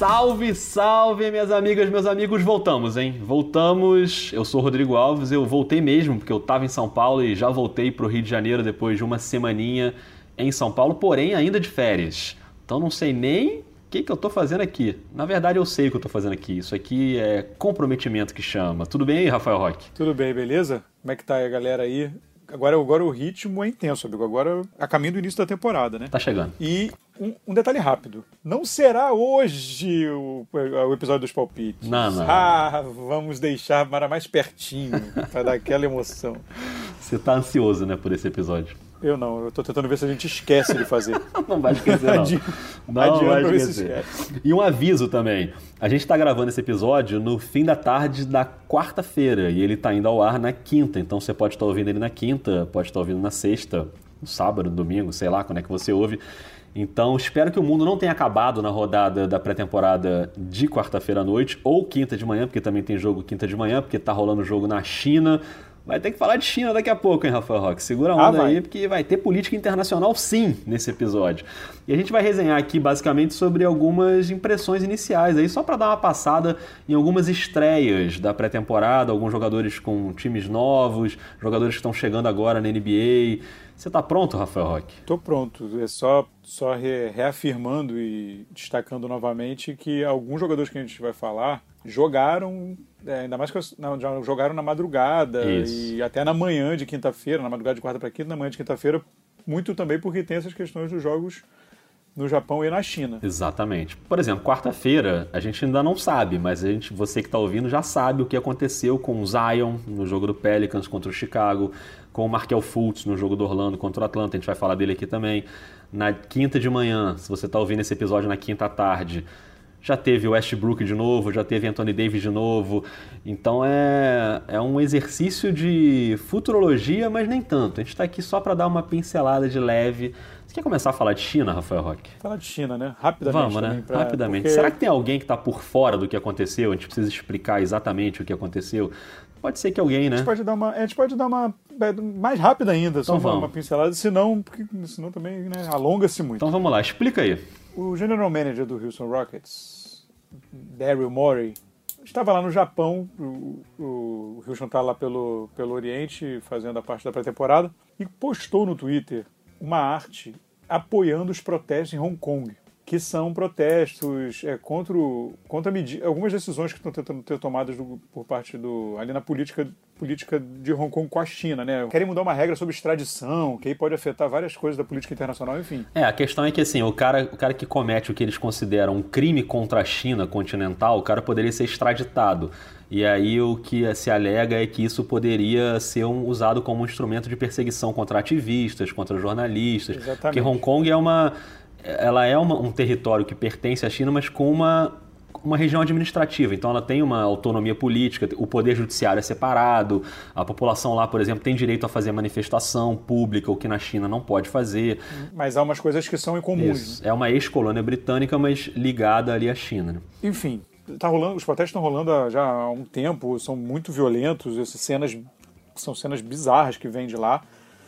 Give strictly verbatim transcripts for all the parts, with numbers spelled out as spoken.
Salve, salve, minhas amigas, meus amigos, voltamos, hein? Voltamos, eu sou o Rodrigo Alves, eu voltei mesmo, porque eu tava em São Paulo e já voltei pro Rio de Janeiro depois de uma semaninha em São Paulo, porém ainda de férias. Então não sei nem o que, que eu tô fazendo aqui. Na verdade eu sei o que eu tô fazendo aqui, isso aqui é comprometimento que chama. Tudo bem aí, Rafael Roque? Tudo bem, beleza? Como é que tá aí a galera aí? Agora, agora o ritmo é intenso, amigo. Agora a caminho do início da temporada, né? Tá chegando. E um, um detalhe rápido. Não será hoje o, o episódio dos palpites. Não, não. Ah, vamos deixar para mais pertinho, para dar aquela emoção. Você tá ansioso, né, por esse episódio? Eu não, eu tô tentando ver se a gente esquece de fazer. Não vai esquecer, não. Adi... Não Adianta vai pra ver se esquecer. esquece. E um aviso também. A gente tá gravando esse episódio no fim da tarde da quarta-feira e ele tá indo ao ar na quinta. Então você pode estar ouvindo ele na quinta, pode estar ouvindo na sexta, no sábado, no domingo, sei lá quando é que você ouve. Então espero que o mundo não tenha acabado na rodada da pré-temporada de quarta-feira à noite ou quinta de manhã, porque também tem jogo quinta de manhã, porque tá rolando jogo na China. Vai ter que falar de China daqui a pouco, hein, Rafael Roque? Segura a onda ah, aí, porque vai ter política internacional sim nesse episódio. E a gente vai resenhar aqui basicamente sobre algumas impressões iniciais aí, só para dar uma passada em algumas estreias da pré-temporada, alguns jogadores com times novos, jogadores que estão chegando agora na N B A. Você tá pronto, Rafael Roque? Tô pronto. É só, só re, reafirmando e destacando novamente que alguns jogadores que a gente vai falar jogaram, é, ainda mais que não, já jogaram na madrugada. Isso. E até na manhã de quinta-feira, na madrugada de quarta para quinta, na manhã de quinta-feira, muito também porque tem essas questões dos jogos no Japão e na China. Exatamente. Por exemplo, quarta-feira a gente ainda não sabe, mas a gente, você que está ouvindo já sabe o que aconteceu com o Zion no jogo do Pelicans contra o Chicago, com o Markelle Fultz no jogo do Orlando contra o Atlanta, a gente vai falar dele aqui também. Na quinta de manhã, se você está ouvindo esse episódio na quinta à tarde, já teve o Westbrook de novo, já teve Anthony Davis de novo. Então é, é um exercício de futurologia, mas nem tanto. A gente está aqui só para dar uma pincelada de leve. Você quer começar a falar de China, Rafael Roque? Falar de China, né? Rapidamente. Vamos, né? Pra... Rapidamente. Porque... Será que tem alguém que está por fora do que aconteceu? A gente precisa explicar exatamente o que aconteceu? Pode ser que alguém, né? A gente pode dar uma, a gente pode dar uma mais rápida ainda, só então uma, uma pincelada, senão, porque, senão também né, alonga-se muito. Então vamos lá, explica aí. O general manager do Houston Rockets, Daryl Morey, estava lá no Japão, o, o Houston está lá pelo, pelo Oriente, fazendo a parte da pré-temporada, e postou no Twitter uma arte apoiando os protestos em Hong Kong, que são protestos é, contra, o, contra algumas decisões que estão tentando ter tomadas do, por parte do ali na política, política de Hong Kong com a China, né? Querem mudar uma regra sobre extradição, que aí pode afetar várias coisas da política internacional, enfim. É, a questão é que assim, o cara, o cara que comete o que eles consideram um crime contra a China continental, o cara poderia ser extraditado. E aí o que se alega é que isso poderia ser um, usado como um instrumento de perseguição contra ativistas, contra jornalistas. Exatamente. Porque Hong Kong é uma... ela é uma, um território que pertence à China, mas com uma, uma região administrativa. Então ela tem uma autonomia política, o poder judiciário é separado, a população lá, por exemplo, tem direito a fazer manifestação pública, o que na China não pode fazer. Mas há umas coisas que são incomuns. Isso. Né? É uma ex-colônia britânica, mas ligada ali à China. Né? Enfim, tá rolando, os protestos estão rolando há, já há um tempo, são muito violentos, essas cenas são cenas bizarras que vêm de lá.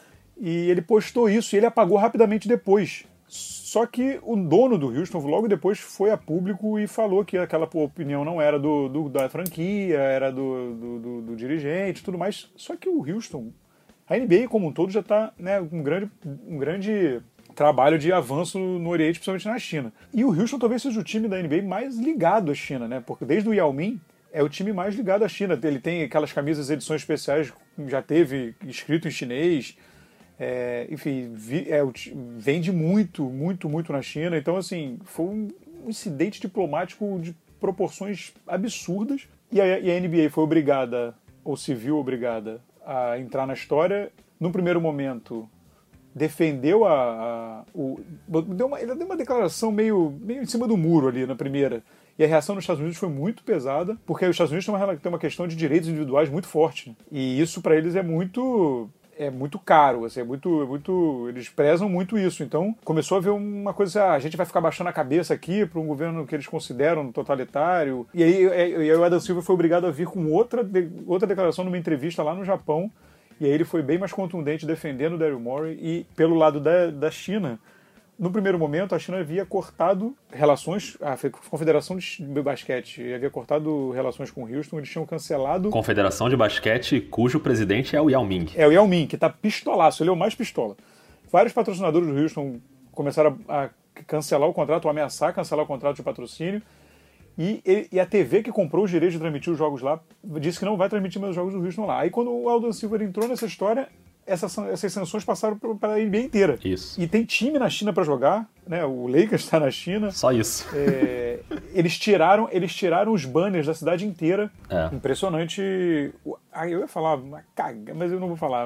E ele postou isso e ele apagou rapidamente depois. Só que o dono do Houston logo depois foi a público e falou que aquela opinião não era do, do, da franquia, era do, do, do, do dirigente e tudo mais. Só que o Houston, a N B A como um todo já está né, um, grande, um grande trabalho de avanço no Oriente, principalmente na China. E o Houston talvez seja o time da N B A mais ligado à China, né? Porque desde o Yao Ming é o time mais ligado à China. Ele tem aquelas camisas, edições especiais, já teve escrito em chinês. É, enfim, vi, é, vende muito, muito, muito na China. Então, assim, foi um incidente diplomático de proporções absurdas. E a, e a N B A foi obrigada, ou se viu obrigada, a entrar na história. No primeiro momento, defendeu a... a o, deu uma, ele deu uma declaração meio, meio em cima do muro ali na primeira. E a reação nos Estados Unidos foi muito pesada, porque os Estados Unidos tem uma, tem uma questão de direitos individuais muito forte. Né? E isso, para eles, é muito... é muito caro, assim, é muito, é muito, eles prezam muito isso. Então, começou a haver uma coisa assim, ah, a gente vai ficar baixando a cabeça aqui para um governo que eles consideram totalitário. E aí, e aí o Adam Silver foi obrigado a vir com outra, outra declaração numa entrevista lá no Japão. E aí ele foi bem mais contundente defendendo o Daryl Morey. E pelo lado da, da China, no primeiro momento, a China havia cortado relações, a Confederação de Basquete havia cortado relações com o Houston, eles tinham cancelado... Confederação de Basquete, cujo presidente é o Yao Ming. É o Yao Ming, que tá pistolaço, ele é o mais pistola. Vários patrocinadores do Houston começaram a, a cancelar o contrato, ou ameaçar cancelar o contrato de patrocínio, e, ele, e a T V que comprou os direitos de transmitir os jogos lá disse que não vai transmitir mais os jogos do Houston lá. Aí quando o Aldo Silver entrou nessa história, essas, essas sanções passaram para a N B A inteira. Isso. E tem time na China para jogar, né? O Lakers está na China. Só isso. É, eles, tiraram, eles tiraram os banners da cidade inteira. É. Impressionante. Ah, eu ia falar uma caga, mas eu não vou falar.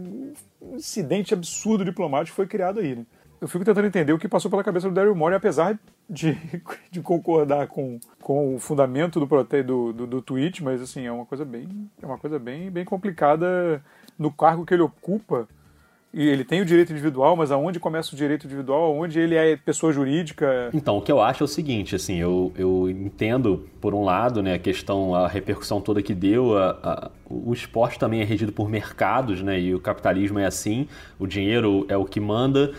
Um incidente absurdo diplomático foi criado aí, né? Eu fico tentando entender o que passou pela cabeça do Daryl Morey, apesar de, de concordar com, com o fundamento do, do, do, do tweet, mas assim, é uma coisa bem, é uma coisa bem, bem complicada no cargo que ele ocupa. E ele tem o direito individual, mas aonde começa o direito individual, aonde ele é pessoa jurídica? Então, o que eu acho é o seguinte, assim, eu, eu entendo, por um lado, né, a questão, a repercussão toda que deu, a, a, o esporte também é regido por mercados, né, e o capitalismo é assim, o dinheiro é o que manda,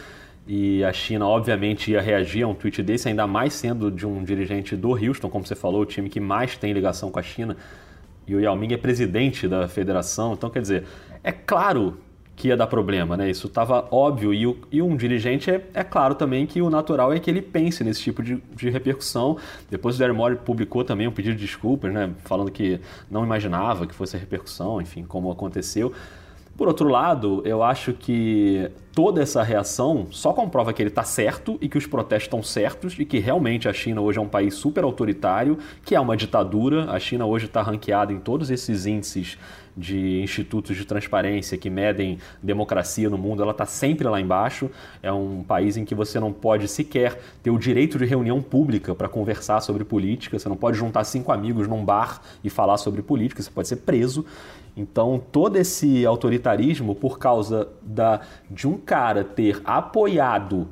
e a China, obviamente, ia reagir a um tweet desse, ainda mais sendo de um dirigente do Houston, como você falou, o time que mais tem ligação com a China, e o Yao Ming é presidente da federação, então, quer dizer, é claro que ia dar problema, né? Isso estava óbvio, e, o, e um dirigente, é, é claro também que o natural é que ele pense nesse tipo de, de repercussão. Depois o Daryl Morey publicou também um pedido de desculpas, né? Falando que não imaginava que fosse a repercussão, enfim, como aconteceu. Por outro lado, eu acho que toda essa reação só comprova que ele está certo e que os protestos estão certos e que realmente a China hoje é um país super autoritário, que é uma ditadura. A China hoje está ranqueada em todos esses índices de institutos de transparência que medem democracia no mundo, ela está sempre lá embaixo. É um país em que você não pode sequer ter o direito de reunião pública para conversar sobre política, você não pode juntar cinco amigos num bar e falar sobre política, você pode ser preso. Então, todo esse autoritarismo, por causa da, de um cara ter apoiado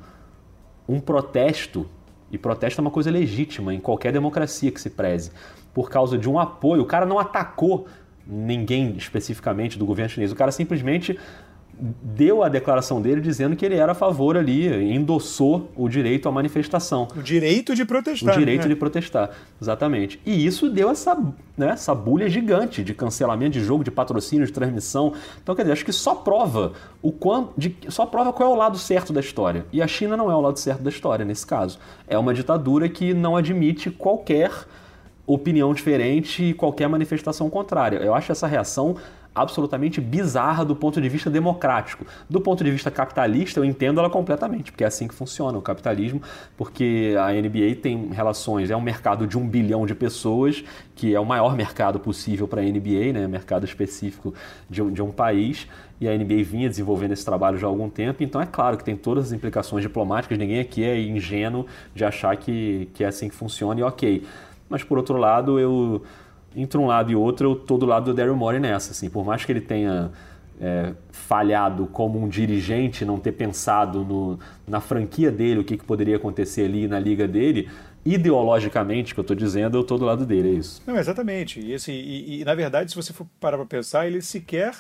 um protesto, e protesto é uma coisa legítima em qualquer democracia que se preze, por causa de um apoio, o cara não atacou ninguém especificamente do governo chinês, o cara simplesmente deu a declaração dele dizendo que ele era a favor ali, endossou o direito à manifestação. O direito de protestar. O direito né? de protestar, exatamente. E isso deu essa, né, essa bulha gigante de cancelamento de jogo, de patrocínio, de transmissão. Então, quer dizer, acho que só prova o quanto, de, só prova qual é o lado certo da história. E a China não é o lado certo da história nesse caso. É uma ditadura que não admite qualquer opinião diferente e qualquer manifestação contrária. Eu acho essa reação absolutamente bizarra do ponto de vista democrático. Do ponto de vista capitalista, eu entendo ela completamente, porque é assim que funciona o capitalismo, porque a N B A tem relações, é um mercado de um bilhão de pessoas, que é o maior mercado possível para a N B A, né, mercado específico de um, de um país, e a N B A vinha desenvolvendo esse trabalho já há algum tempo, então é claro que tem todas as implicações diplomáticas, ninguém aqui é ingênuo de achar que, que é assim que funciona e ok. Mas, por outro lado, eu, entre um lado e outro, eu tô do lado do Daryl Morey nessa. Assim, por mais que ele tenha é, falhado como um dirigente, não ter pensado no, na franquia dele, o que, que poderia acontecer ali na liga dele, ideologicamente, que eu estou dizendo, eu tô do lado dele, é isso. Não, exatamente. E, esse, e, e, na verdade, se você for parar para pensar, ele sequer,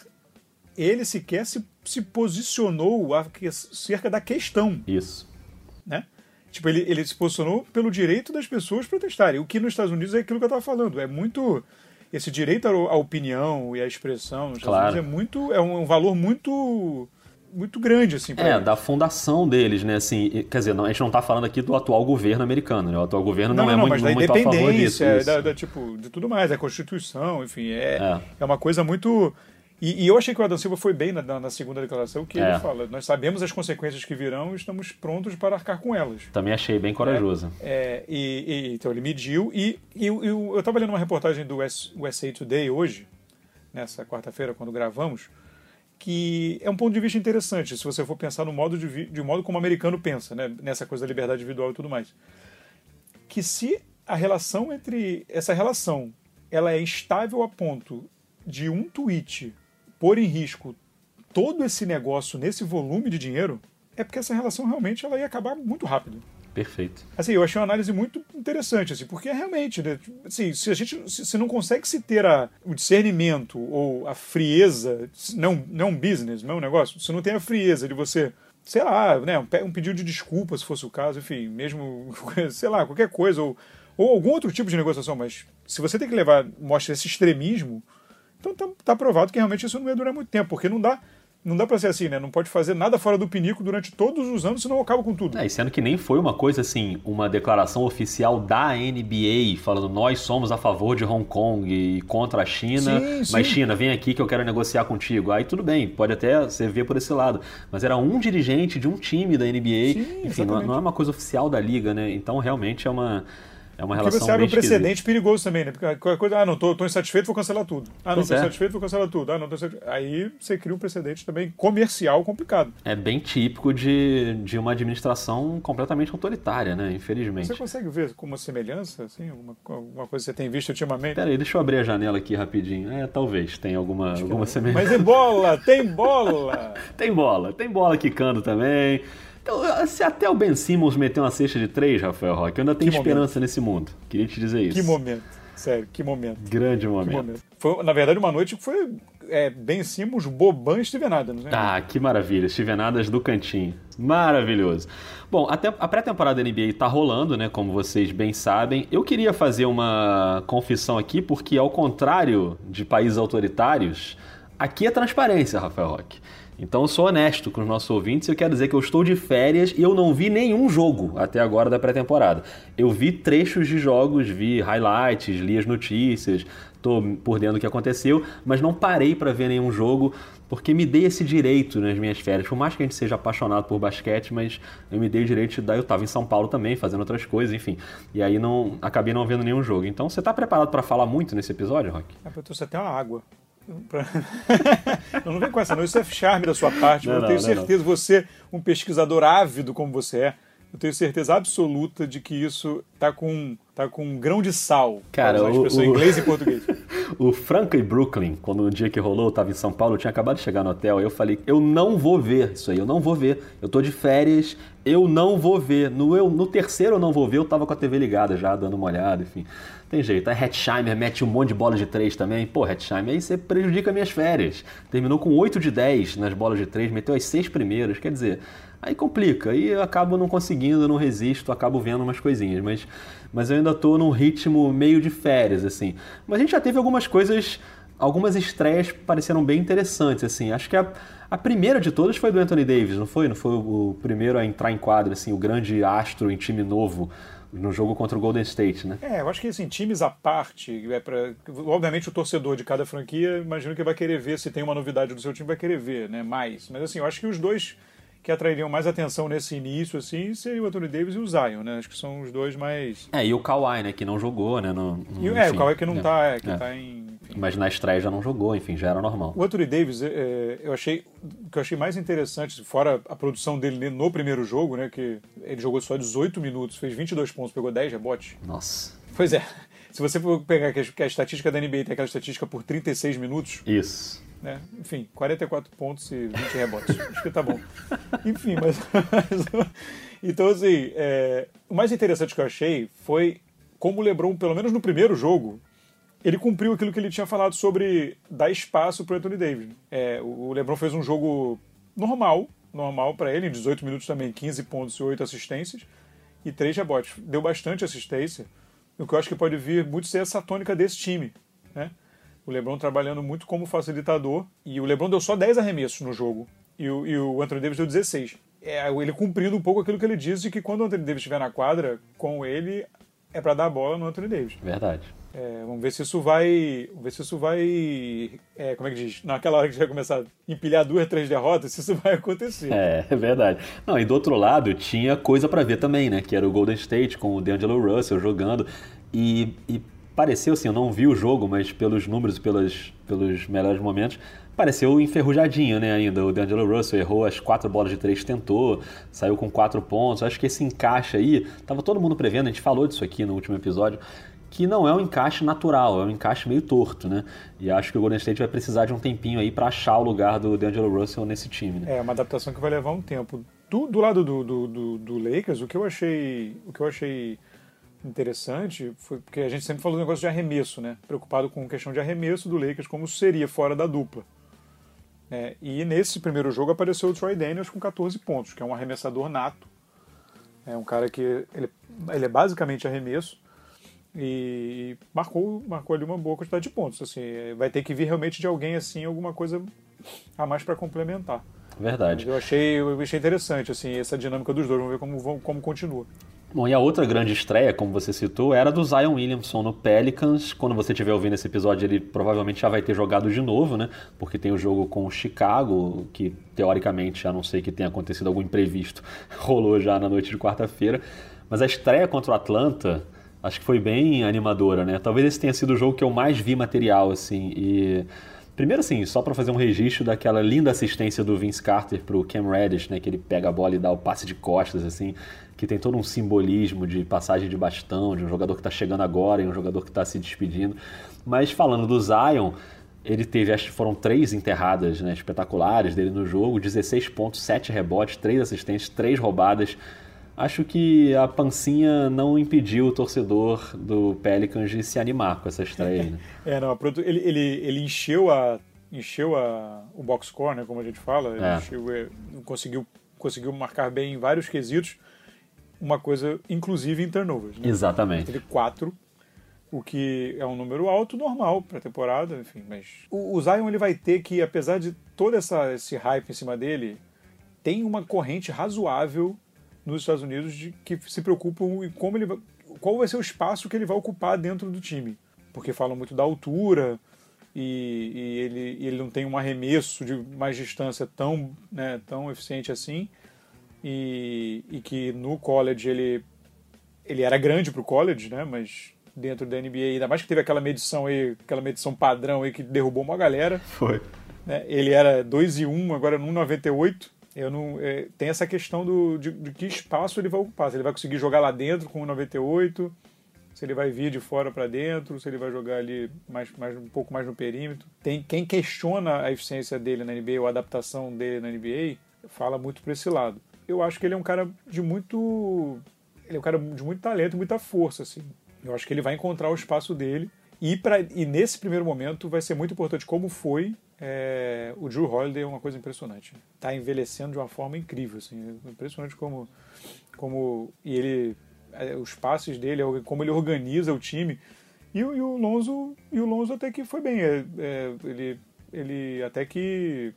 ele sequer se, se posicionou acerca da questão. Isso. Né? Tipo, ele, ele se posicionou pelo direito das pessoas protestarem. O que nos Estados Unidos é aquilo que eu estava falando. É muito... Esse direito à opinião e à expressão nos Estados claro. Unidos é, muito, é um valor muito, muito grande. Assim, é, eles. Da fundação deles, né? Assim, quer dizer, não, a gente não está falando aqui do atual governo americano, né? O atual governo não, não é não, muito, mas da muito a favor disso. É, isso. da, da, tipo, de tudo mais, a Constituição, enfim. É, é. é uma coisa muito... E, e eu achei que o Adam Silva foi bem na, na, na segunda declaração, que é. ele fala, nós sabemos as consequências que virão e estamos prontos para arcar com elas. Também achei bem corajoso. É, é, e, e, então ele mediu, e, e eu, eu estava lendo uma reportagem do U S A Today hoje, nessa quarta-feira, quando gravamos, que é um ponto de vista interessante, se você for pensar no modo de, de modo como o americano pensa, né, nessa coisa da liberdade individual e tudo mais. Que se a relação entre... Essa relação, ela é estável a ponto de um tweet pôr em risco todo esse negócio nesse volume de dinheiro, é porque essa relação realmente ela ia acabar muito rápido. Perfeito. Assim, eu achei uma análise muito interessante, assim, porque realmente, né, assim, se a gente se, se não consegue se ter a, o discernimento ou a frieza, não, não é um business, não é um negócio, se não tem a frieza de você sei lá, né, um, um pedido de desculpa, se fosse o caso, enfim, mesmo, sei lá, qualquer coisa, ou, ou algum outro tipo de negociação, mas se você tem que levar, mostra esse extremismo, então tá, tá provado que realmente isso não vai durar muito tempo, porque não dá, não dá pra ser assim, né, não pode fazer nada fora do pinico durante todos os anos, senão acaba com tudo. É, e sendo que nem foi uma coisa assim, uma declaração oficial da N B A falando nós somos a favor de Hong Kong e contra a China, Sim, sim. mas China, vem aqui que eu quero negociar contigo. Aí tudo bem, pode até você ver por esse lado, mas era um dirigente de um time da N B A, Sim, enfim, não, não é uma coisa oficial da liga, né? Então realmente é uma É uma Porque relação você abre bem um precedente esquisita. perigoso também, né? Porque qualquer coisa, ah, não, tô, tô insatisfeito, vou cancelar tudo. Ah, não, Pois tô é. insatisfeito, vou cancelar tudo. Ah, não, tô insatisfeito. Aí você cria um precedente também comercial complicado. É bem típico de, de uma administração completamente autoritária, né? Infelizmente. Você consegue ver como uma semelhança, assim, alguma, alguma coisa que você tem visto ultimamente? Pera aí, deixa eu abrir a janela aqui rapidinho. É, talvez tenha alguma, alguma semelhança. Mas tem bola, tem bola! Tem bola, tem bola quicando também. Então, se até o Ben Simmons meteu uma cesta de três, Rafael Roque, eu ainda tenho Que esperança momento. nesse mundo. Queria te dizer isso. Que momento, sério, que momento. Grande Que momento. momento. Foi, na verdade, uma noite que foi é, bem Simmons, Boban e Steven Adams, né? Ah, que maravilha. Stevenadas do cantinho. Maravilhoso. Bom, até a pré-temporada da N B A tá rolando, né? Como vocês bem sabem. Eu queria fazer uma confissão aqui, porque ao contrário de países autoritários, aqui é transparência, Rafael Roque. Então eu sou honesto com os nossos ouvintes e eu quero dizer que eu estou de férias e eu não vi nenhum jogo até agora da pré-temporada. Eu vi trechos de jogos, vi highlights, li as notícias, estou por dentro do que aconteceu, mas não parei para ver nenhum jogo porque me dei esse direito nas minhas férias. Por mais que a gente seja apaixonado por basquete, mas eu me dei o direito de dar. Eu estava em São Paulo também, fazendo outras coisas, enfim. E aí não acabei não vendo nenhum jogo. Então você está preparado para falar muito nesse episódio, Roque? Ah, eu trouxe até uma água. Pra... não, não vem com essa não, isso é charme da sua parte, Não, mas eu não, tenho não, certeza, você, um pesquisador ávido como você é, eu tenho certeza absoluta de que isso tá com, tá com um grão de sal, Cara, para usar a expressão o- em inglês e português. O Franca e Brooklyn, quando no dia que rolou, eu tava em São Paulo, eu tinha acabado de chegar no hotel, aí eu falei, eu não vou ver isso aí, eu não vou ver. Eu tô de férias, eu não vou ver. No, eu, no terceiro eu não vou ver, eu tava com a T V ligada já, dando uma olhada, enfim. Tem jeito. Aí Hetzheimer mete um monte de bola de três também. Pô, Hetzheimer, aí você prejudica minhas férias. Terminou com oito de dez nas bolas de três, meteu as seis primeiras, quer dizer... Aí complica, aí eu acabo não conseguindo, não resisto, acabo vendo umas coisinhas, mas, mas eu ainda tô num ritmo meio de férias, assim. Mas a gente já teve algumas coisas, algumas estreias que pareceram bem interessantes, assim. Acho que a, a primeira de todas foi do Anthony Davis, não foi? Não foi o primeiro a entrar em quadro, assim, o grande astro em time novo no jogo contra o Golden State, né? É, eu acho que assim, times à parte, é pra, obviamente o torcedor de cada franquia, imagino que vai querer ver, se tem uma novidade do seu time, vai querer ver, né, mais. Mas assim, eu acho que os dois que atrairiam mais atenção nesse início, assim, seria o Anthony Davis e o Zion, né? Acho que são os dois mais... É, e o Kawhi, né, que não jogou, né? No, no, E, é, enfim, o Kawhi que não é, tá, é, que é. tá em... Enfim. Mas na estreia já não jogou, enfim, já era normal. O Anthony Davis, é, eu achei, o que eu achei mais interessante, fora a produção dele no primeiro jogo, né, que ele jogou só dezoito minutos, fez vinte e dois pontos, pegou dez rebotes. Nossa. Pois é, se você for pegar que a, que a estatística da N B A tem aquela estatística por trinta e seis minutos, Isso. né, enfim, quarenta e quatro pontos e vinte rebotes, acho que tá bom. Enfim, mas... mas então, assim, é, o mais interessante que eu achei foi como o LeBron, pelo menos no primeiro jogo, ele cumpriu aquilo que ele tinha falado sobre dar espaço para o Anthony Davis. É, o LeBron fez um jogo normal, normal para ele, em dezoito minutos também, quinze pontos e oito assistências e três rebotes. Deu bastante assistência, o que eu acho que pode vir muito ser essa tônica desse time, né? O LeBron trabalhando muito como facilitador, e o LeBron deu só dez arremessos no jogo, e o, e o Anthony Davis deu dezesseis. É, ele cumprindo um pouco aquilo que ele diz de que quando o Anthony Davis estiver na quadra, com ele, é para dar a bola no Anthony Davis. Verdade. É, vamos ver se isso vai. Vamos ver se isso vai. É, como é que diz? Naquela hora que a gente vai começar a empilhar duas, três derrotas, se isso vai acontecer. É, é verdade. Não, e do outro lado tinha coisa pra ver também, né? Que era o Golden State com o D'Angelo Russell jogando. E, e pareceu assim, eu não vi o jogo, mas pelos números, pelas, pelos melhores momentos, pareceu enferrujadinho, né, ainda. O D'Angelo Russell errou as quatro bolas de três, tentou, saiu com quatro pontos. Acho que esse encaixe aí, tava todo mundo prevendo, a gente falou disso aqui no último episódio, que não é um encaixe natural, é um encaixe meio torto, né? E acho que o Golden State vai precisar de um tempinho aí para achar o lugar do D'Angelo Russell nesse time, né? É uma adaptação que vai levar um tempo. Do, do lado do, do, do, do Lakers, o que eu achei, o que eu achei interessante foi porque a gente sempre falou do negócio de arremesso, né? Preocupado com a questão de arremesso do Lakers, como seria fora da dupla. É, e nesse primeiro jogo apareceu o Troy Daniels com catorze pontos, que é um arremessador nato. É um cara que ele, ele é basicamente arremesso e marcou, marcou ali uma boa quantidade de pontos. Assim, vai ter que vir realmente de alguém assim, alguma coisa a mais para complementar. Verdade. Mas eu achei, eu achei interessante assim, essa dinâmica dos dois. Vamos ver como, como continua. Bom, e a outra grande estreia, como você citou, era do Zion Williamson no Pelicans. Quando você estiver ouvindo esse episódio, ele provavelmente já vai ter jogado de novo, né? Porque tem o jogo com o Chicago, que teoricamente, a não ser que tenha acontecido algum imprevisto, rolou já na noite de quarta-feira. Mas a estreia contra o Atlanta, acho que foi bem animadora, né? Talvez esse tenha sido o jogo que eu mais vi material, assim, e... Primeiro, assim, só para fazer um registro daquela linda assistência do Vince Carter pro Cam Reddish, né, que ele pega a bola e dá o passe de costas, assim, que tem todo um simbolismo de passagem de bastão, de um jogador que está chegando agora e um jogador que está se despedindo. Mas falando do Zion, ele teve, acho que foram três enterradas, né, espetaculares dele no jogo, dezesseis pontos, sete rebotes, três assistências, três roubadas. Acho que a pancinha não impediu o torcedor do Pelicans de se animar com essa estreia aí, né? É, não, ele, ele, ele encheu, a, encheu a, o box score, né, como a gente fala, ele É. encheu, conseguiu, conseguiu marcar bem em vários quesitos, uma coisa inclusive em turnovers. Né? Exatamente. Teve quatro, o que é um número alto, normal para a temporada, enfim, mas o, o Zion ele vai ter que, apesar de todo essa, esse hype em cima dele, tem uma corrente razoável nos Estados Unidos de, que se preocupam em como ele vai, qual vai ser o espaço que ele vai ocupar dentro do time. Porque falam muito da altura e, e ele, e ele não tem um arremesso de mais distância tão, né, tão eficiente assim. E, e que no college ele, ele era grande pro college, né, mas dentro da N B A, ainda mais que teve aquela medição aí, aquela medição padrão aí que derrubou uma galera. Foi. Né, ele era dois e um, agora no um e noventa e oito. Eu não, é, tem essa questão do, de, de que espaço ele vai ocupar. Se ele vai conseguir jogar lá dentro com o noventa e oito, se ele vai vir de fora para dentro, se ele vai jogar ali mais, mais, um pouco mais no perímetro. Tem quem questiona a eficiência dele na N B A ou a adaptação dele na N B A, fala muito para esse lado. Eu acho que ele é um cara de muito... Ele é um cara de muito talento, muita força, assim. Eu acho que ele vai encontrar o espaço dele. E, pra, e nesse primeiro momento vai ser muito importante, como foi... É, o Jrue Holiday é uma coisa impressionante. Está envelhecendo de uma forma incrível, assim, impressionante como, como e ele, os passes dele, como ele organiza o time. E, e o Lonzo, e o Lonzo até que foi bem. É, é, ele, ele até que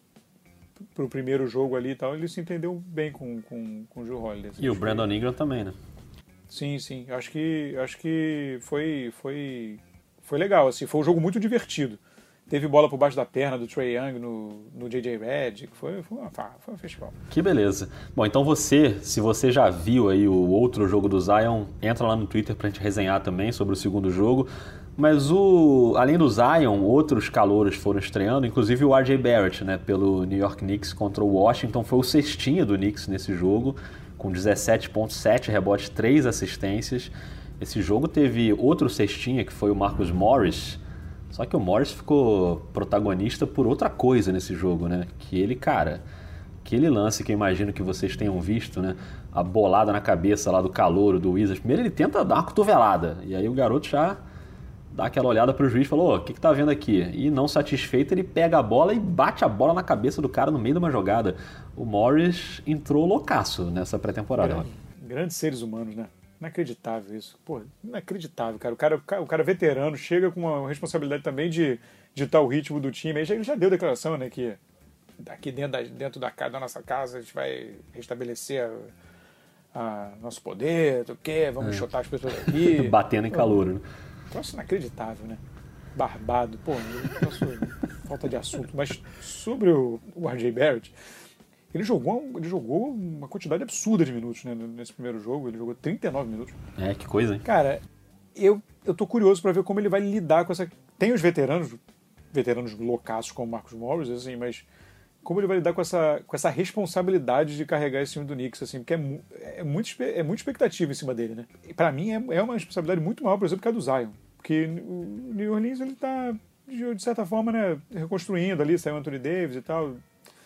pro primeiro jogo ali e tal, ele se entendeu bem com, com, com o Jrue Holiday. Assim, e o Brandon que... Ingram também, né? Sim, sim. Acho que, acho que foi, foi, foi legal. Assim, foi um jogo muito divertido. Teve bola por baixo da perna do Trae Young no, no J J Redick. Foi, foi, uma, foi um festival. Que beleza. Bom, então você, se você já viu aí o outro jogo do Zion, entra lá no Twitter pra gente resenhar também sobre o segundo jogo. Mas o, além do Zion, outros calouros foram estreando, inclusive o R J Barrett, né, pelo New York Knicks contra o Washington. Foi o cestinha do Knicks nesse jogo, com dezessete pontos, sete rebotes, três assistências. Esse jogo teve outro cestinha, que foi o Marcus Morris. Só que o Morris ficou protagonista por outra coisa nesse jogo, né? Que ele, cara, aquele lance que eu imagino que vocês tenham visto, né? A bolada na cabeça lá do calouro do Wizards. Primeiro ele tenta dar uma cotovelada, e aí o garoto já dá aquela olhada pro juiz e falou, ô, o que que tá vendo aqui? E não satisfeito, ele pega a bola e bate a bola na cabeça do cara no meio de uma jogada. O Morris entrou loucaço nessa pré-temporada. É, grandes seres humanos, né? Inacreditável isso. Pô, inacreditável, cara. O cara, o cara veterano chega com uma responsabilidade também de ditar o ritmo do time. Ele já, ele já deu declaração, né? Que aqui dentro da, dentro da, da nossa casa a gente vai restabelecer a, a nosso poder, o quê? Vamos é. chutar as pessoas aqui. Batendo em calor, né? Troço inacreditável, né? Barbado. Pô, troço, falta de assunto. Mas sobre o, o R J Barrett... Ele jogou, ele jogou uma quantidade absurda de minutos, né, nesse primeiro jogo. Ele jogou trinta e nove minutos. É, que coisa, hein? Cara, eu, eu tô curioso para ver como ele vai lidar com essa... Tem os veteranos, veteranos loucaços como Marcus Morris, assim, mas como ele vai lidar com essa, com essa responsabilidade de carregar esse time do Knicks, assim, porque é, é, muito, é muito expectativa em cima dele, né? E pra mim é, é uma responsabilidade muito maior, por exemplo, que a do Zion. Porque o New Orleans, ele tá, de certa forma, né, reconstruindo ali, saiu o Anthony Davis e tal...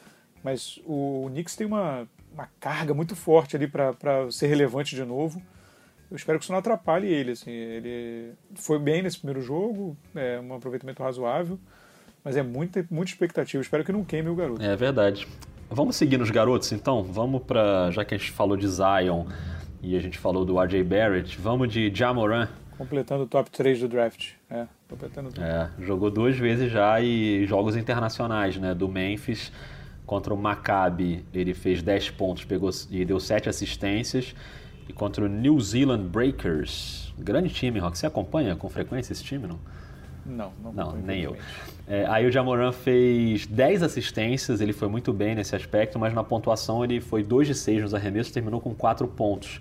Mas o Knicks tem uma, uma carga muito forte ali para ser relevante de novo. Eu espero que isso não atrapalhe ele. Assim. Ele foi bem nesse primeiro jogo, é um aproveitamento razoável, Mas é muita, muita expectativa. Espero que não queime o garoto. É verdade. Vamos seguir nos garotos, então? Vamos para, já que a gente falou de Zion e a gente falou do R J Barrett, vamos de Ja Morant. Completando o top três do draft. É, completando tudo. É, jogou duas vezes já e jogos internacionais, né? Do Memphis contra o Maccabi, ele fez dez pontos, pegou e deu sete assistências. E contra o New Zealand Breakers, grande time, Rock. Você acompanha com frequência esse time, não? Não, não, não nem eu. É, aí o Ja Morant fez dez assistências, ele foi muito bem nesse aspecto, mas na pontuação ele foi dois de seis nos arremessos, terminou com quatro pontos.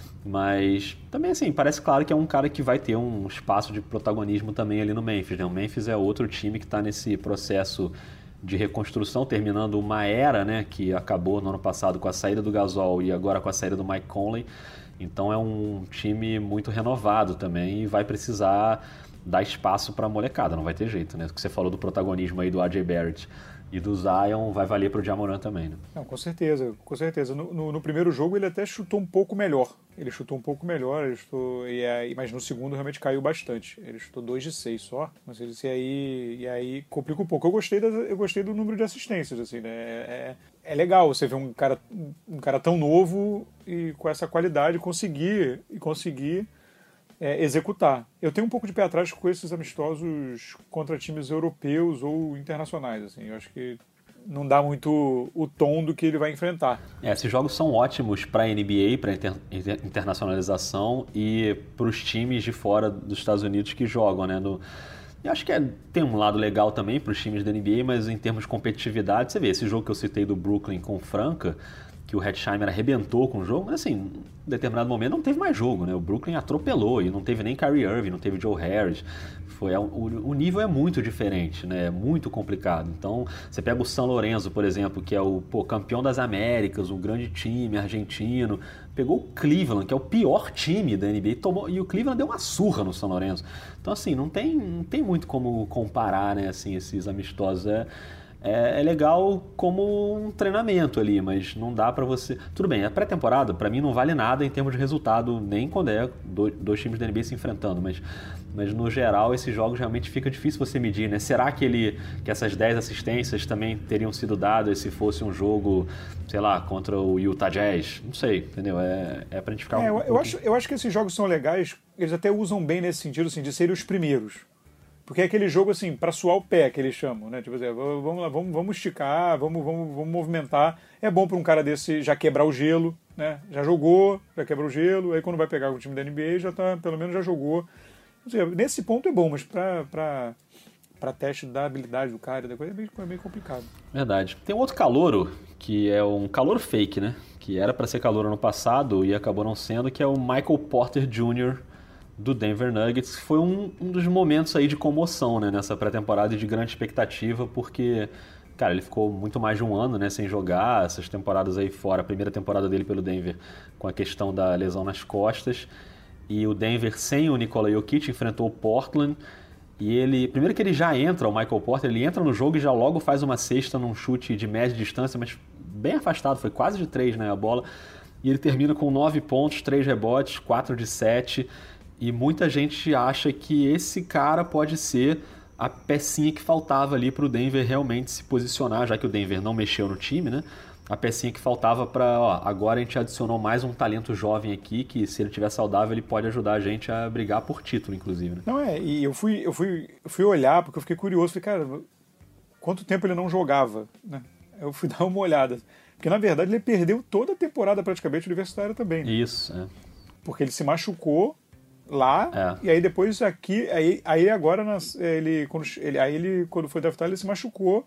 Mas também assim, parece claro que é um cara que vai ter um espaço de protagonismo também ali no Memphis, né? O Memphis é outro time que está nesse processo de reconstrução, terminando uma era, né, que acabou no ano passado com a saída do Gasol e agora com a saída do Mike Conley. Então é um time muito renovado também e vai precisar dar espaço para a molecada, não vai ter jeito, né? O que você falou do protagonismo aí do R J Barrett e do Zion vai valer para o Ja Morant também, né? Não, com certeza, com certeza. No, no, no primeiro jogo ele até chutou um pouco melhor. Ele chutou um pouco melhor, ele chutou, e aí, mas no segundo realmente caiu bastante. Ele chutou dois de seis só, mas ele, e, aí, e aí complica um pouco. Eu gostei, da, eu gostei do número de assistências, assim, né? É, é legal você ver um cara, um cara tão novo e com essa qualidade conseguir, e conseguir é, executar. Eu tenho um pouco de pé atrás com esses amistosos contra times europeus ou internacionais, assim. Eu acho que não dá muito o tom do que ele vai enfrentar. É, esses jogos são ótimos para a N B A, para inter, inter, internacionalização e para os times de fora dos Estados Unidos que jogam, né? No, eu acho que é, tem um lado legal também para os times da N B A, mas em termos de competitividade, você vê, esse jogo que eu citei do Brooklyn com o Franca, que o Hetzheimer arrebentou com o jogo, mas assim, em determinado momento não teve mais jogo, né? O Brooklyn atropelou e não teve nem Kyrie Irving, não teve Joe Harris. Foi, o, o nível é muito diferente, né? É muito complicado. Então, você pega o São Lourenço, por exemplo, que é o pô, campeão das Américas, um grande time argentino, pegou o Cleveland, que é o pior time da N B A, tomou, e o Cleveland deu uma surra no São Lourenço. Então, assim, não tem, não tem muito como comparar, né, assim, esses amistosos. É, É, é legal como um treinamento ali, mas não dá pra você... Tudo bem, a pré-temporada pra mim não vale nada em termos de resultado, nem quando é dois, dois times da N B A se enfrentando, mas, mas no geral esses jogos realmente fica difícil você medir, né? Será que, ele, que essas dez assistências também teriam sido dadas se fosse um jogo, sei lá, contra o Utah Jazz? Não sei, entendeu? É, é pra gente ficar... É, um, eu, eu, acho, eu acho que esses jogos são legais, eles até usam bem nesse sentido, assim, de serem os primeiros. Porque é aquele jogo, assim, pra suar o pé, que eles chamam, né? Tipo assim, vamos lá, vamos, vamos esticar, vamos, vamos, vamos movimentar. É bom pra um cara desse já quebrar o gelo, né? Já jogou, já quebrou o gelo, aí quando vai pegar o time da N B A, já tá, pelo menos já jogou. Ou seja, nesse ponto é bom, mas pra, pra, pra teste da habilidade do cara, da coisa, é meio, é meio complicado. Verdade. Tem um outro calouro, que é um calouro fake, né? Que era pra ser calouro no passado e acabou não sendo, que é o Michael Porter Júnior do Denver Nuggets. Foi um, um dos momentos aí de comoção, né, nessa pré-temporada e de grande expectativa, porque, cara, ele ficou muito mais de um ano, né, sem jogar, essas temporadas aí fora, a primeira temporada dele pelo Denver com a questão da lesão nas costas, e o Denver sem o Nikola Jokic enfrentou o Portland, e ele, primeiro que ele já entra, o Michael Porter, ele entra no jogo e já logo faz uma cesta num chute de média distância, mas bem afastado, foi quase de três, né, a bola, e ele termina com nove pontos, três rebotes, quatro de sete. E muita gente acha que esse cara pode ser a pecinha que faltava ali para o Denver realmente se posicionar, já que o Denver não mexeu no time, né? A pecinha que faltava para, ó, agora a gente adicionou mais um talento jovem aqui, que se ele estiver saudável ele pode ajudar a gente a brigar por título, inclusive, né? Não é, e eu fui, eu fui, eu fui olhar porque eu fiquei curioso, falei, cara, quanto tempo ele não jogava, né? Eu fui dar uma olhada, porque na verdade ele perdeu toda a temporada praticamente universitária também, né? Isso, é. Porque ele se machucou lá, é. E aí depois aqui, aí, aí agora nas, ele, quando, ele, aí ele, quando foi draftado, ele se machucou,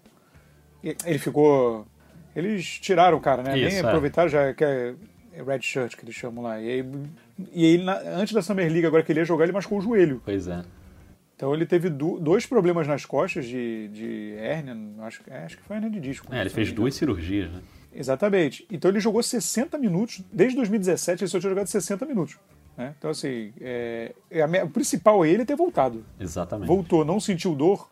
ele ficou, eles tiraram o cara, né? Isso, Nem é. aproveitaram, já que é red shirt que eles chamam lá, e aí, e aí na, antes da Summer League, agora que ele ia jogar, ele machucou o joelho. Pois é. Então ele teve do, dois problemas nas costas de, de hérnia, acho, é, acho que foi hérnia de disco. É, ele fez duas cirurgias, né? Exatamente. Então ele jogou sessenta minutos, desde dois mil e dezessete ele só tinha jogado sessenta minutos. Né? Então, assim, é, é a, o principal é ele ter voltado. Exatamente. Voltou, não sentiu dor,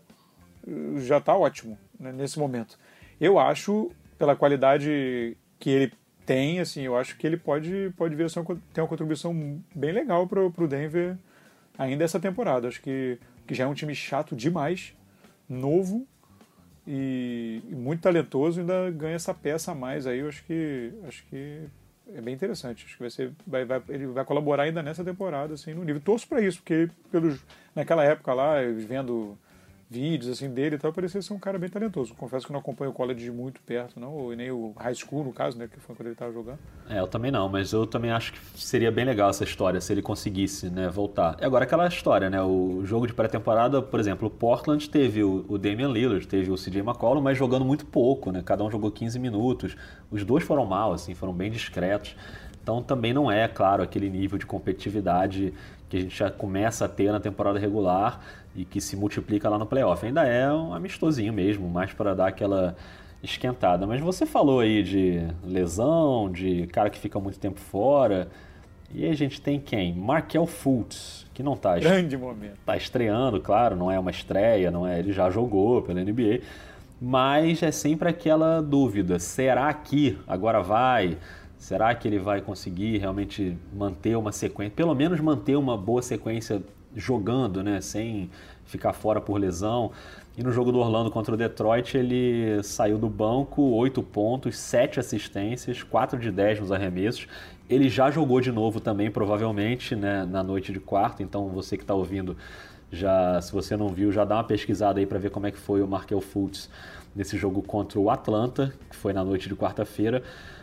já está ótimo, né, nesse momento. Eu acho, pela qualidade que ele tem, assim, eu acho que ele pode, pode vir a ser uma, ter uma contribuição bem legal para o Denver ainda essa temporada. Acho que, que já é um time chato demais, novo, e, e muito talentoso, ainda ganha essa peça a mais aí, eu acho que acho que é bem interessante. Acho que vai ser, vai, vai, ele vai colaborar ainda nessa temporada, assim, no nível. Torço para isso, porque pelos, naquela época lá, vendo vídeos assim dele e tal, parecia ser um cara bem talentoso. Confesso que não acompanho o college de muito perto, não, e nem o high school, no caso, né, que foi quando ele estava jogando. É, eu também não, mas eu também acho que seria bem legal essa história, se ele conseguisse, né, voltar. E agora aquela história, né, o jogo de pré-temporada, por exemplo, o Portland teve o, o Damian Lillard, teve o C J McCollum, mas jogando muito pouco, né, cada um jogou quinze minutos. Os dois foram mal, assim, foram bem discretos. Então também não é, claro, aquele nível de competitividade que a gente já começa a ter na temporada regular e que se multiplica lá no playoff. Ainda é um amistosinho mesmo, mais para dar aquela esquentada. Mas você falou aí de lesão, de cara que fica muito tempo fora. E aí a gente tem quem? Markelle Fultz, que não está Grande momento. Tá estreando, claro, não é uma estreia, não é, ele já jogou pela N B A, mas é sempre aquela dúvida, será que agora vai? Será que ele vai conseguir realmente manter uma sequência, pelo menos manter uma boa sequência jogando, né, sem ficar fora por lesão? E no jogo do Orlando contra o Detroit, ele saiu do banco, oito pontos, sete assistências, quatro de dez nos arremessos. Ele já jogou de novo também, provavelmente, né, na noite de quarta, então você que está ouvindo, já, se você não viu, já dá uma pesquisada aí para ver como é que foi o Markelle Fultz nesse jogo contra o Atlanta, que foi na noite de quarta-feira.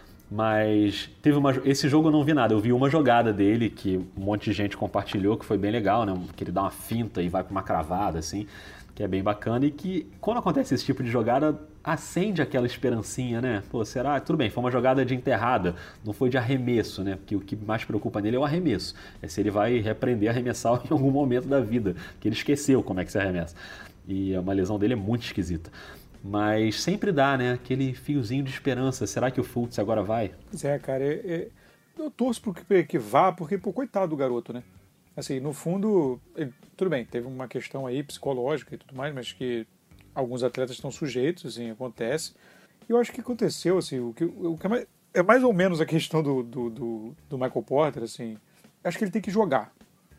Mas teve uma, esse jogo eu não vi nada, eu vi uma jogada dele que um monte de gente compartilhou, que foi bem legal, né? Que ele dá uma finta e vai para uma cravada, assim, que é bem bacana e que quando acontece esse tipo de jogada, acende aquela esperancinha, né? Pô, será? Tudo bem, foi uma jogada de enterrada, não foi de arremesso, né? Porque o que mais preocupa nele é o arremesso, é se ele vai repreender a arremessar em algum momento da vida, que ele esqueceu como é que se arremessa. E uma lesão dele é muito esquisita. Mas sempre dá, né? Aquele fiozinho de esperança. Será que o Fultz agora vai? Pois é, cara. É, é, eu torço pro que, que vá, porque, pô, coitado do garoto, né? Assim, no fundo, ele, tudo bem, teve uma questão aí psicológica e tudo mais, mas que alguns atletas estão sujeitos, assim, acontece. E eu acho que aconteceu, assim, o que, o que é, mais, é mais ou menos a questão do, do, do, do Michael Porter, assim. Acho que ele tem que jogar.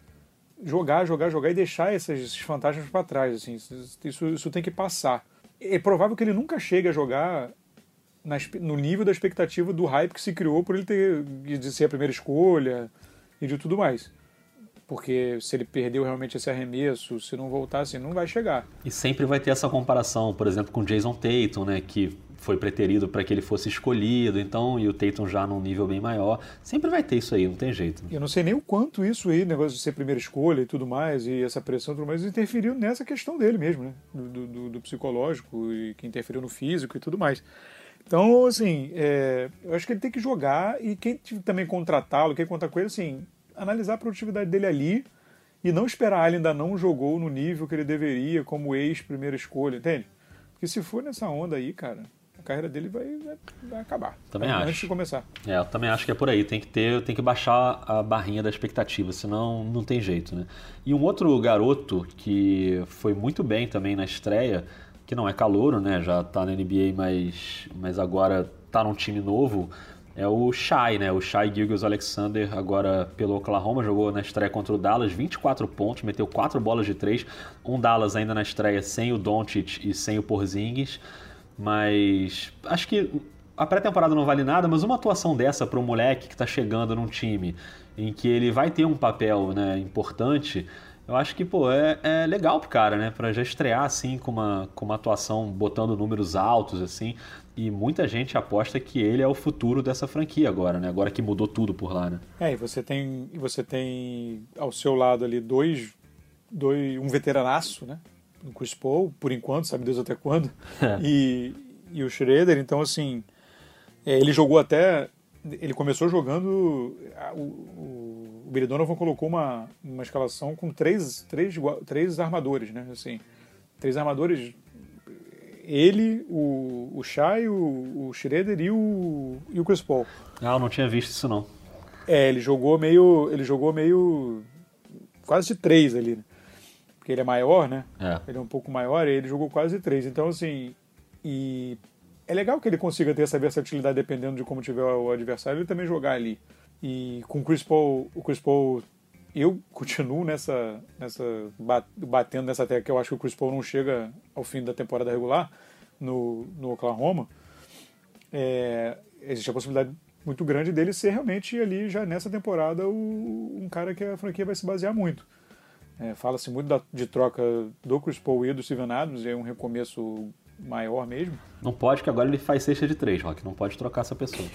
Jogar, jogar, jogar e deixar esses, esses fantasmas para trás, assim. Isso, isso tem que passar. É provável que ele nunca chegue a jogar na, no nível da expectativa do hype que se criou por ele ter de ser a primeira escolha e de tudo mais. Porque se ele perdeu realmente esse arremesso, se não voltar assim, não vai chegar. E sempre vai ter essa comparação, por exemplo, com o Jason Tatum, né, que foi preterido para que ele fosse escolhido, então, e o Tatum já num nível bem maior. Sempre vai ter isso aí, não tem jeito. Eu não sei nem o quanto isso aí, negócio de ser primeira escolha e tudo mais, e essa pressão e tudo mais, interferiu nessa questão dele mesmo, né? Do, do, do psicológico, e que interferiu no físico e tudo mais. Então, assim, é, eu acho que ele tem que jogar, e quem também contratá-lo, quem contar com ele, assim, analisar a produtividade dele ali, e não esperar, ele ainda não jogou no nível que ele deveria, como ex-primeira escolha, entende? Porque se for nessa onda aí, cara, a carreira dele vai, vai, vai acabar. Também vai, acho. Antes de começar. É, eu também acho que é por aí. Tem que ter, tem que baixar a barrinha da expectativa, senão não tem jeito, né? E um outro garoto que foi muito bem também na estreia, que não é calouro, né? Já tá na N B A, mas, mas agora tá num time novo, é o Shai, né? O Shai Gilgeous-Alexander, agora pelo Oklahoma, jogou na estreia contra o Dallas, vinte e quatro pontos, meteu quatro bolas de três. Um Dallas ainda na estreia sem o Doncic e sem o Porzingis. Mas acho que a pré-temporada não vale nada, mas uma atuação dessa para um moleque que está chegando num time em que ele vai ter um papel, né, importante, eu acho que pô, é, é legal pro cara, né? Para já estrear assim com uma, com uma atuação botando números altos, assim. E muita gente aposta que ele é o futuro dessa franquia agora, né? Agora que mudou tudo por lá, né? É, e você tem, você tem ao seu lado ali dois, dois um veteranaço, né? O Chris Paul, por enquanto, sabe Deus até quando, e, e o Schroeder. Então, assim, é, ele jogou até... Ele começou jogando... O, o, o Billy Donovan colocou uma, uma escalação com três, três, três armadores, né? Assim, três armadores... Ele, o, o Shai, o, o Schroeder e o, e o Chris Paul. Ah, eu não tinha visto isso, não. É, ele jogou meio... Ele jogou meio... Quase de três ali, né? Porque ele é maior, né? É. Ele é um pouco maior e ele jogou quase três. Então, assim, e é legal que ele consiga ter essa versatilidade dependendo de como tiver o adversário, ele também jogar ali. E com o Chris Paul, o Chris Paul, eu continuo nessa, nessa batendo nessa tecla que eu acho que o Chris Paul não chega ao fim da temporada regular, no, no Oklahoma, é, existe a possibilidade muito grande dele ser realmente ali já nessa temporada o, um cara que a franquia vai se basear muito. É, fala-se muito da, de troca do Chris Paul e do Steven Adams, é um recomeço maior mesmo. Não pode, que agora ele faz cesta de três, Rock. Não pode trocar essa pessoa.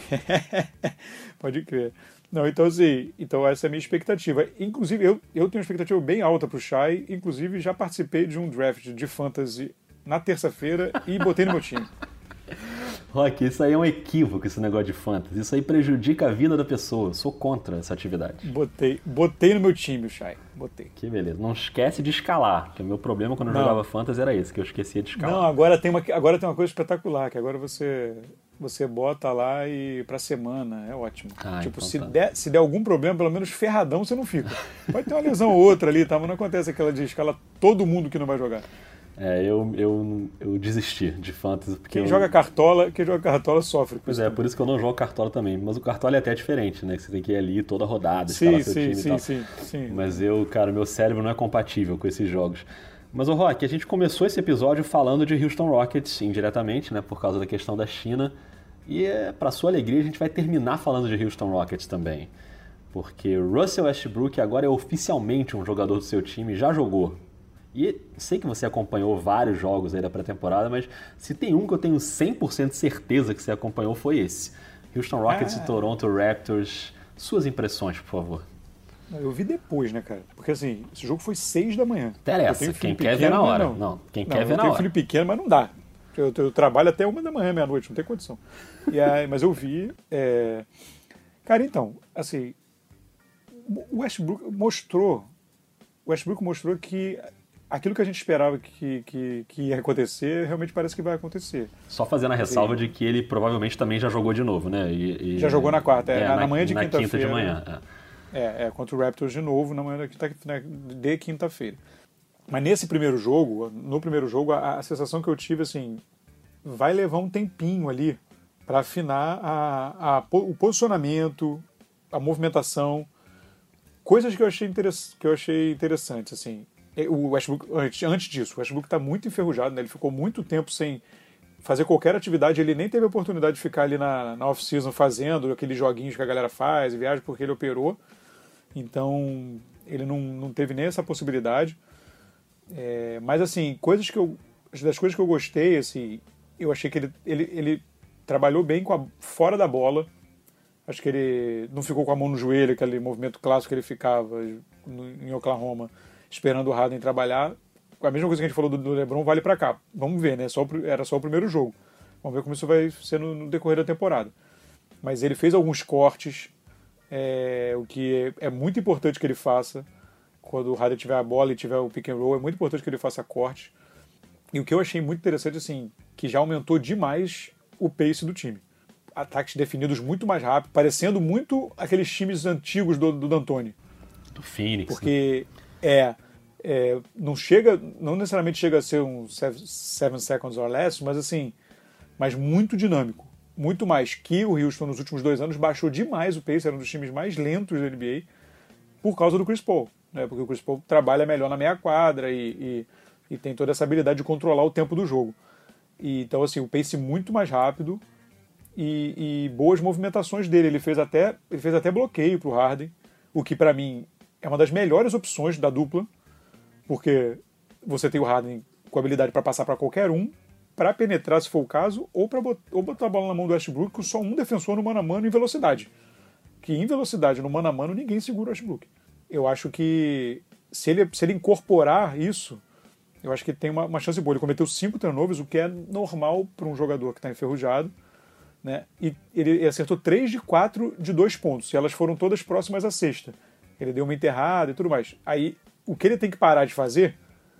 Pode crer. Não, então assim, então essa é a minha expectativa. Inclusive, eu, eu tenho uma expectativa bem alta pro Shai. Inclusive, já participei de um draft de fantasy na terça-feira e botei no meu time. Rock, isso aí é um equívoco, esse negócio de fantasy. Isso aí prejudica a vida da pessoa. Eu sou contra essa atividade. Botei, botei no meu time o Shai. Botei. Que beleza. Não esquece de escalar, que o meu problema quando eu Não. jogava fantasy era esse, que eu esquecia de escalar. Não, agora tem uma, agora tem uma coisa espetacular, que agora você, você bota lá e pra semana, é ótimo. Ah, tipo, então se, tá. der, se der algum problema, pelo menos ferradão você não fica. Pode ter uma lesão ou outra ali, tá? Mas não acontece aquela de escala todo mundo que não vai jogar. É, eu, eu, eu desisti de fantasy. Porque Quem eu... joga cartola, quem joga cartola sofre. Com Pois isso é, também. por isso que eu não jogo cartola também. Mas o cartola é até diferente, né? Que você tem que ir ali toda rodada, Sim, escalar seu sim, time sim, e tal. sim, sim. Mas eu, cara, meu cérebro não é compatível com esses jogos. Mas, ô Rock, a gente começou esse episódio falando de Houston Rockets indiretamente, né? Por causa da questão da China. E, é, pra sua alegria, a gente vai terminar falando de Houston Rockets também. Porque Russell Westbrook agora é oficialmente um jogador do seu time, já jogou. E sei que você acompanhou vários jogos aí da pré-temporada, mas se tem um que eu tenho cem por cento de certeza que você acompanhou, foi esse. Houston Rockets Ah. e Toronto Raptors. Suas impressões, por favor. Eu vi depois, né, cara? Porque assim, esse jogo foi seis da manhã. Interessa, Eu tenho filho quem quer pequeno, ver na mas hora. Não, Não, quem não, quer ver eu na tenho hora. filho pequeno, mas não dá. Eu, eu trabalho até uma da manhã, meia-noite, não tem condição. E aí, mas eu vi. é, Cara, então, assim, o Westbrook mostrou. O Westbrook mostrou que aquilo que a gente esperava que, que, que ia acontecer, realmente parece que vai acontecer. Só fazendo a ressalva de que ele provavelmente também já jogou de novo, né? E, e- Já jogou na quarta, é, na- na manhã de na quinta de quinta-feira. manhã. é. É, é, contra o Raptors de novo na manhã da quinta, né, de quinta-feira. Mas nesse primeiro jogo, no primeiro jogo, a, a sensação que eu tive, assim, vai levar um tempinho ali para afinar a, a, o posicionamento, a movimentação, coisas que eu achei, interess, que eu achei interessantes, assim. O Westbrook, antes, antes disso, o Westbrook está muito enferrujado, né? Ele ficou muito tempo sem fazer qualquer atividade, ele nem teve a oportunidade de ficar ali na, na off-season fazendo aqueles joguinhos que a galera faz, viagem, porque ele operou. Então, ele não, não teve nem essa possibilidade. É, mas, assim, coisas que eu, das coisas que eu gostei, assim, eu achei que ele, ele, ele trabalhou bem com a, fora da bola. Acho que ele não ficou com a mão no joelho, aquele movimento clássico que ele ficava no, em Oklahoma, esperando o Harden trabalhar. A mesma coisa que a gente falou do, do LeBron vale pra cá. Vamos ver, né? Só o, era só o primeiro jogo. Vamos ver como isso vai ser no, no decorrer da temporada. Mas ele fez alguns cortes, é, o que é, é muito importante que ele faça. Quando o Harden tiver a bola e tiver o pick and roll, é muito importante que ele faça cortes. E o que eu achei muito interessante, assim, que já aumentou demais o pace do time. Ataques definidos muito mais rápido, parecendo muito aqueles times antigos do, do D'Antoni. Do Phoenix. Porque né? é, é, não chega, não necessariamente chega a ser um seven seconds or less, mas assim, mas muito dinâmico. Muito mais que o Houston nos últimos dois anos baixou demais o pace, era um dos times mais lentos da N B A, por causa do Chris Paul. Né? Porque o Chris Paul trabalha melhor na meia quadra e, e, e tem toda essa habilidade de controlar o tempo do jogo. E, então, assim, o pace muito mais rápido e, e boas movimentações dele. Ele fez até, ele fez até bloqueio pro Harden, o que para mim é uma das melhores opções da dupla, porque você tem o Harden com habilidade para passar para qualquer um, para penetrar se for o caso, ou para bot- ou botar a bola na mão do Westbrook com só um defensor no mano a mano em velocidade. Que em velocidade, no mano a mano, ninguém segura o Westbrook. Eu acho que se ele, se ele incorporar isso, eu acho que ele tem uma, uma chance boa. Ele cometeu cinco turnovers, o que é normal para um jogador que está enferrujado, né? E ele acertou três de quatro de dois pontos, e elas foram todas próximas à sexta. Ele deu uma enterrada e tudo mais. Aí, o que ele tem que parar de fazer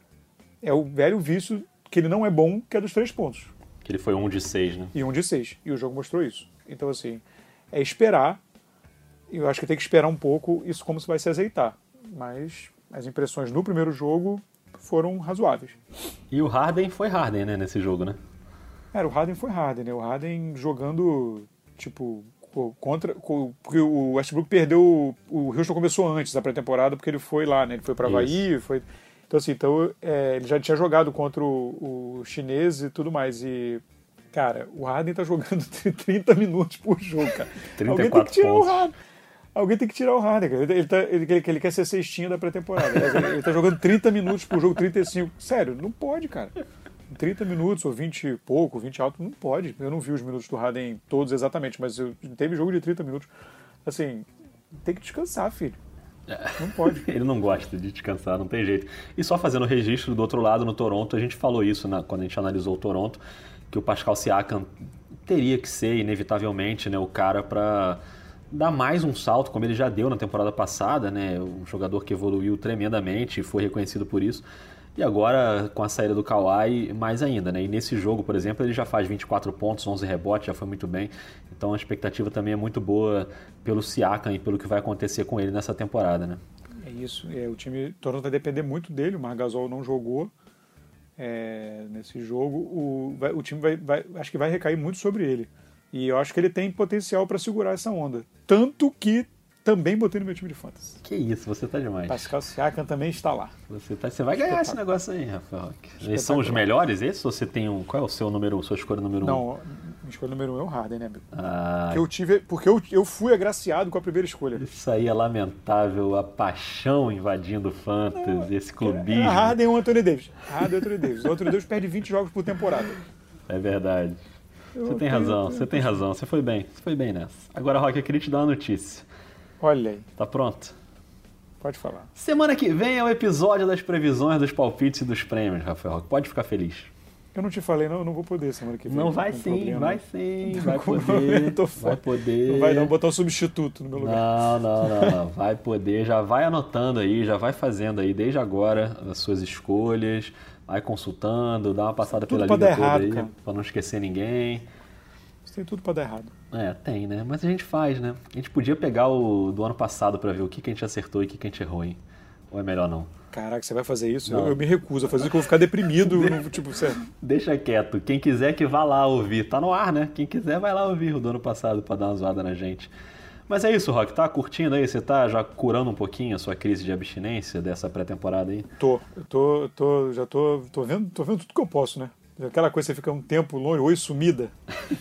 é o velho vício que ele não é bom, que é dos três pontos. Que ele foi um de seis, né? E um de seis. E o jogo mostrou isso. Então, assim, é esperar. Eu acho que tem que esperar um pouco isso como se vai se azeitar. Mas as impressões no primeiro jogo foram razoáveis. E o Harden foi Harden, né, nesse jogo, né? Era, o Harden foi Harden, né? O Harden jogando, tipo, contra... Porque o Westbrook perdeu... O Houston começou antes da pré-temporada porque ele foi lá, né? Ele foi pra Havaí, foi... Então, assim, então, é, ele já tinha jogado contra o, o chinês e tudo mais. E, cara, o Harden tá jogando trinta minutos por jogo, cara. Alguém tem que tirar pontos. o Harden. Alguém tem que tirar o Harden, cara. Ele, ele, tá, ele, ele quer ser cestinha da pré-temporada. Ele, ele tá jogando trinta minutos por jogo, trinta e cinco. Sério, não pode, cara. trinta minutos ou vinte e pouco, vinte alto, não pode. Eu não vi os minutos do Harden todos exatamente, mas eu, teve jogo de trinta minutos. Assim, tem que descansar, filho. Não pode. Ele não gosta de descansar, não tem jeito. E só fazendo o registro do outro lado, no Toronto, a gente falou isso na, quando a gente analisou o Toronto, que o Pascal Siakam teria que ser, inevitavelmente, né, o cara para dar mais um salto, como ele já deu na temporada passada, né, um jogador que evoluiu tremendamente e foi reconhecido por isso. E agora, com a saída do Kawhi, mais ainda, né? E nesse jogo, por exemplo, ele já faz vinte e quatro pontos, onze rebotes, já foi muito bem. Então a expectativa também é muito boa pelo Siakam e pelo que vai acontecer com ele nessa temporada, né? É isso. É, o time Toronto vai depender muito dele. O Marc Gasol não jogou é, nesse jogo. O, vai, o time vai, vai, acho que vai recair muito sobre ele. E eu acho que ele tem potencial para segurar essa onda. Tanto que também botei no meu time de fantasy. Que isso, você tá demais. Pascal Siakam também está lá. Você, tá, você vai ganhar esse negócio aí, Rafael Roque. Eles são os melhores, esses? Ou você tem um... Qual é o seu número, sua escolha número um? Não, minha escolha número um é o Harden, né, amigo? Ah, porque eu, tive, porque eu, eu fui agraciado com a primeira escolha. Isso aí é lamentável, a paixão invadindo o fantasy, esse clubismo. É Harden ou Anthony Davis. Harden ou Anthony Davis. O Anthony Davis perde vinte jogos por temporada. É verdade. Eu você tem tenho, razão, tenho, você tem razão. Você foi bem, você foi bem nessa. Agora, Roque, eu queria te dar uma notícia. Olha aí. Tá pronto? Pode falar. Semana que vem é o episódio das previsões, dos palpites e dos prêmios, Rafael Roque. Pode ficar feliz. Eu não te falei, não, eu não vou poder semana que vem. Não vai sim, problema. vai sim, não vai poder. Tô vai poder. Não vai não, botar um substituto no meu lugar. Não, não, não, não. Vai poder, já vai anotando aí, já vai fazendo aí desde agora as suas escolhas, vai consultando, dá uma passada tudo pela liga toda errado, aí, cara. Pra não esquecer ninguém. Isso tem tudo pra dar errado. É, tem, né? Mas a gente faz, né? A gente podia pegar o do ano passado pra ver o que, que a gente acertou e o que, que a gente errou, hein? Ou é melhor não? Caraca, você vai fazer isso? Eu, eu me recuso a fazer isso, que eu vou ficar deprimido. no, tipo, sério. Deixa quieto. Quem quiser que vá lá ouvir. Tá no ar, né? Quem quiser vai lá ouvir o do ano passado pra dar uma zoada na gente. Mas é isso, Roque. Tá curtindo aí? Você tá já curando um pouquinho a sua crise de abstinência dessa pré-temporada aí? Tô. Eu tô, tô, já tô, tô, vendo, tô vendo tudo que eu posso, né? Aquela coisa, você fica um tempo longe, oi, sumida.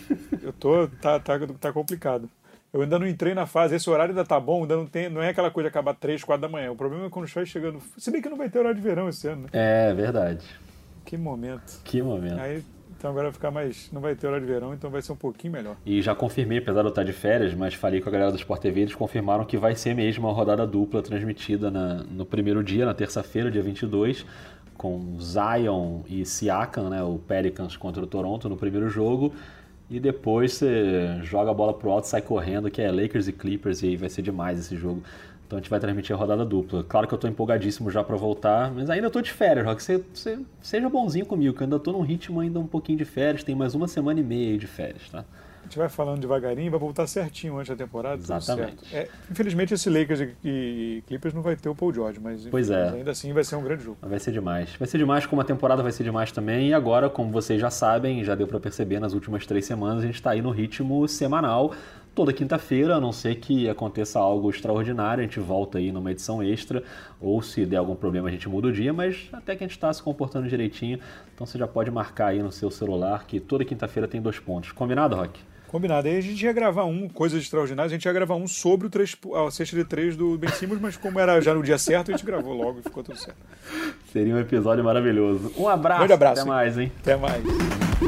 Eu tô, tá, tá, tá complicado. Eu ainda não entrei na fase, esse horário ainda tá bom, ainda não tem, não é aquela coisa de acabar três, quatro da manhã. O problema é quando vai chegando, se bem que não vai ter horário de verão esse ano, né? É, verdade. Que momento. Que momento. Aí, então agora vai ficar mais, não vai ter horário de verão, então vai ser um pouquinho melhor. E já confirmei, apesar de eu estar de férias, mas falei com a galera do Sport T V, eles confirmaram que vai ser mesmo uma rodada dupla transmitida na, no primeiro dia, na terça-feira, dia vinte e dois, com Zion e Siakam, né, o Pelicans contra o Toronto no primeiro jogo. E depois você joga a bola pro alto e sai correndo, que é Lakers e Clippers, e aí vai ser demais esse jogo. Então a gente vai transmitir a rodada dupla. Claro que eu tô empolgadíssimo já pra voltar, mas ainda tô de férias, Roque. Você, você seja bonzinho comigo, que eu ainda tô num ritmo ainda um pouquinho de férias, tem mais uma semana e meia aí de férias, tá? A gente vai falando devagarinho, vai voltar certinho antes da temporada. Exatamente. É, infelizmente esse Lakers e, e Clippers não vai ter o Paul George, mas, enfim, pois é. mas ainda assim vai ser um grande jogo. Vai ser demais. Vai ser demais, como a temporada vai ser demais também. E agora, como vocês já sabem, já deu pra perceber nas últimas três semanas, a gente tá aí no ritmo semanal. Toda quinta-feira, a não ser que aconteça algo extraordinário, a gente volta aí numa edição extra, ou se der algum problema a gente muda o dia, mas até que a gente está se comportando direitinho, então você já pode marcar aí no seu celular que toda quinta-feira tem dois pontos. Combinado, Roque? Combinado. Aí a gente ia gravar um, coisas extraordinárias, a gente ia gravar um sobre o três, a cesta de três do Ben Simmons, mas como era já no dia certo, a gente gravou logo e ficou tudo certo. Seria um episódio maravilhoso. Um abraço. Grande abraço. Até mais, hein? Até mais.